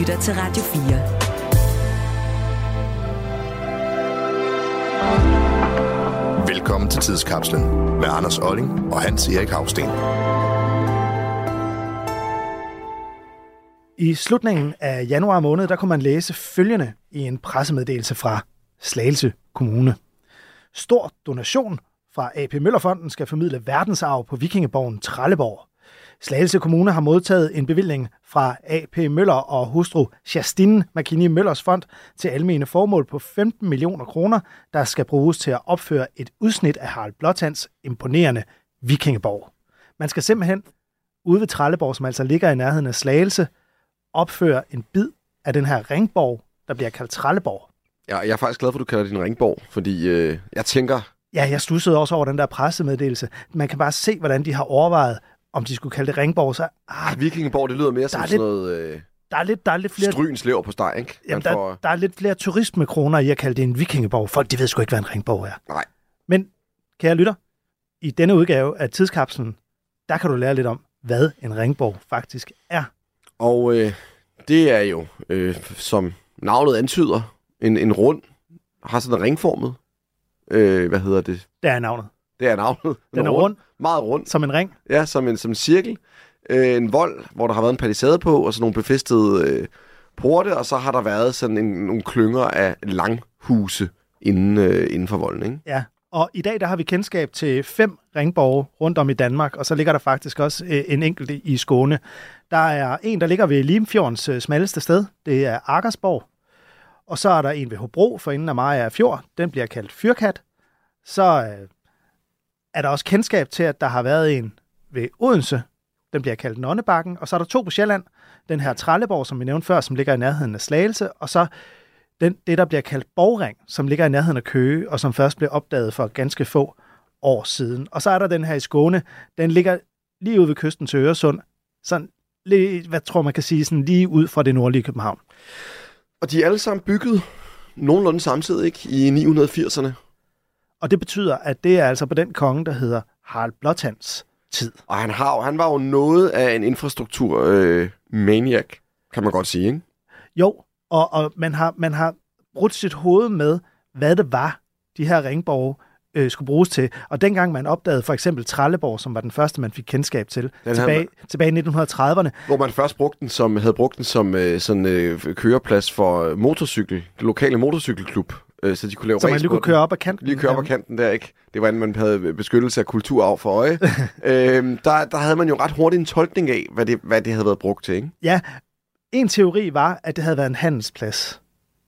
lytter til Radio 4. Velkommen til Tidskapslen med Anders Olling og Hans Erik Hausten. I slutningen af januar måned, der kunne man læse følgende i en pressemeddelelse fra Slagelse Kommune. Stor donation fra AP Møller-fonden skal formidle verdensarv på vikingeborgen Trelleborg. Slagelse Kommune har modtaget en bevilling fra AP Møller og hustru Kerstin McKinney Møllers fond til almene formål på 15 millioner kroner, der skal bruges til at opføre et udsnit af Harald Blåtands imponerende vikingeborg. Man skal simpelthen ude ved Trelleborg, som altså ligger i nærheden af Slagelse, opføre en bid af den her ringborg, der bliver kaldt Trelleborg. Ja, jeg er faktisk glad for, at du kalder det en ringborg, fordi jeg tænker... Ja, jeg stussede også over den der pressemeddelelse. Man kan bare se, hvordan de har overvejet, om de skulle kalde det ringborg. Så, Vikingeborg, det lyder mere som sådan noget... Der er lidt flere... Strygens lever på steg, ikke? Jamen, der er lidt flere turismekroner i at kalde det en vikingeborg. Folk, de ved sgu ikke, hvad en ringborg er. Nej. Men, kære lytter, i denne udgave af Tidskapslen, der kan du lære lidt om, hvad en ringborg faktisk er. Og det er jo, som navnet antyder, en rund, har sådan en ringformet. Hvad hedder det? Det er navnet. Det er navnet. Den er rund. Meget rund. Som en ring. Ja, som en cirkel. En vold, hvor der har været en palisade på, og så nogle befæstede porte, og så har der været sådan nogle klynger af langhuse inden for volden, ikke? Ja, og i dag der har vi kendskab til 5 ringborge rundt om i Danmark, og så ligger der faktisk også en enkelt i Skåne. Der er en, der ligger ved Limfjordens smalleste sted. Det er Akersborg. Og så er der en ved Hobro, for enden af Mariager Fjord. Den bliver kaldt Fyrkat. Så er der også kendskab til, at der har været en ved Odense. Den bliver kaldt Nonnebakken. Og så er der 2 på Sjælland. Den her Trelleborg, som vi nævnte før, som ligger i nærheden af Slagelse. Og så det, der bliver kaldt Borgring, som ligger i nærheden af Køge, og som først blev opdaget for ganske få år siden. Og så er der den her i Skåne. Den ligger lige ude ved kysten til Øresund. Sådan, hvad tror man kan sige, sådan lige ud fra det nordlige København. Og de er alle sammen bygget nogenlunde samtidig, ikke? I 980'erne. Og det betyder, at det er altså på den konge, der hedder Harald Blåtands tid. Og han var jo noget af en infrastruktur-maniac, kan man godt sige, ikke? Jo, og man har brudt sit hoved med, hvad det var, de her ringborge skulle bruges til. Og dengang man opdagede for eksempel Trelleborg, som var den første, man fik kendskab til, tilbage i 1930'erne. Hvor man først havde brugt den som køreplads for motorcykel, det lokale motorcykelklub. Så de kunne lave så man lige kunne køre op ad kanten. Lige køre op ad kanten der, ikke? Det var, inden man havde beskyttelse af kulturarv for øje. Der havde man jo ret hurtigt en tolkning af, hvad det havde været brugt til, ikke? Ja, en teori var, at det havde været en handelsplads.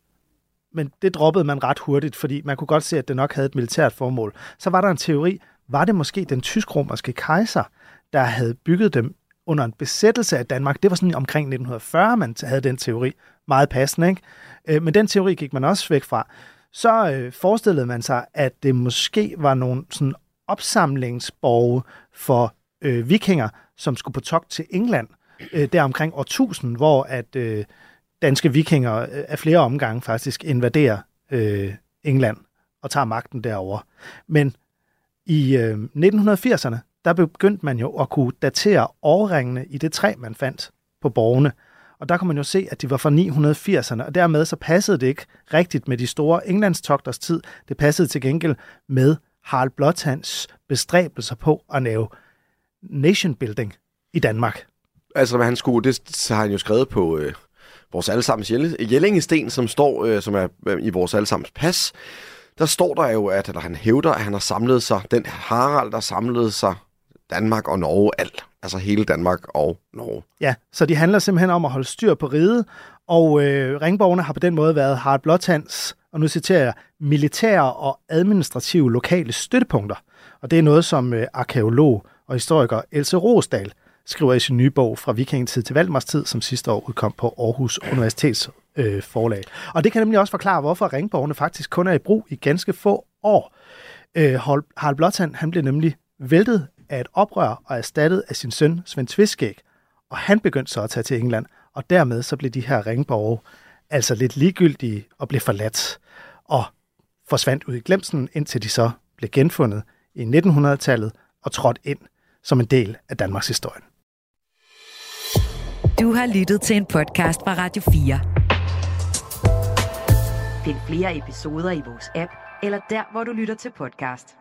Men det droppede man ret hurtigt, fordi man kunne godt se, at det nok havde et militært formål. Så var der en teori, var det måske den tysk-romerske kejser, der havde bygget dem under en besættelse af Danmark? Det var sådan omkring 1940, man havde den teori. Meget passende, ikke? Men den teori gik man også væk fra. Så forestillede man sig, at det måske var nogle sådan opsamlingsborge for vikinger, som skulle på togt til England, der omkring år 1000, hvor at danske vikinger af flere omgange faktisk invaderer England og tager magten derover. Men i 1980'erne, der begyndte man jo at kunne datere årringene i det træ, man fandt på borgene. Og der kunne man jo se, at de var fra 980'erne, og dermed så passede det ikke rigtigt med de store englandstogters tid. Det passede til gengæld med Harald Blåtands bestræbelser på at lave nation building i Danmark. Altså, hvad han skulle, det har han jo skrevet på vores allesammens Jellingesten, som er i vores allesammens pas. Der står der jo, eller han hævder, at han har samlet sig, den Harald, der samlede sig Danmark og Norge alt. Altså hele Danmark og Norge. Ja, så de handler simpelthen om at holde styr på riget, og ringborgene har på den måde været Harald Blåtands, og nu citerer jeg, militære og administrative lokale støttepunkter. Og det er noget, som arkæolog og historiker Else Rosdahl skriver i sin nye bog Fra vikingetid til Valdmarstid, som sidste år udkom på Aarhus Universitets forlag. Og det kan nemlig også forklare, hvorfor ringborgene faktisk kun er i brug i ganske få år. Harald Blåtand, han blev nemlig væltet af et oprør og erstattet af sin søn Svend Tveskæg. Og han begyndte så at tage til England, og dermed så blev de her ringborge altså lidt ligegyldige og blev forladt og forsvandt ud i glemslen, indtil de så blev genfundet i 1900-tallet og trådt ind som en del af Danmarks historie. Du har lyttet til en podcast fra Radio 4. Find flere episoder i vores app, eller der, hvor du lytter til podcast.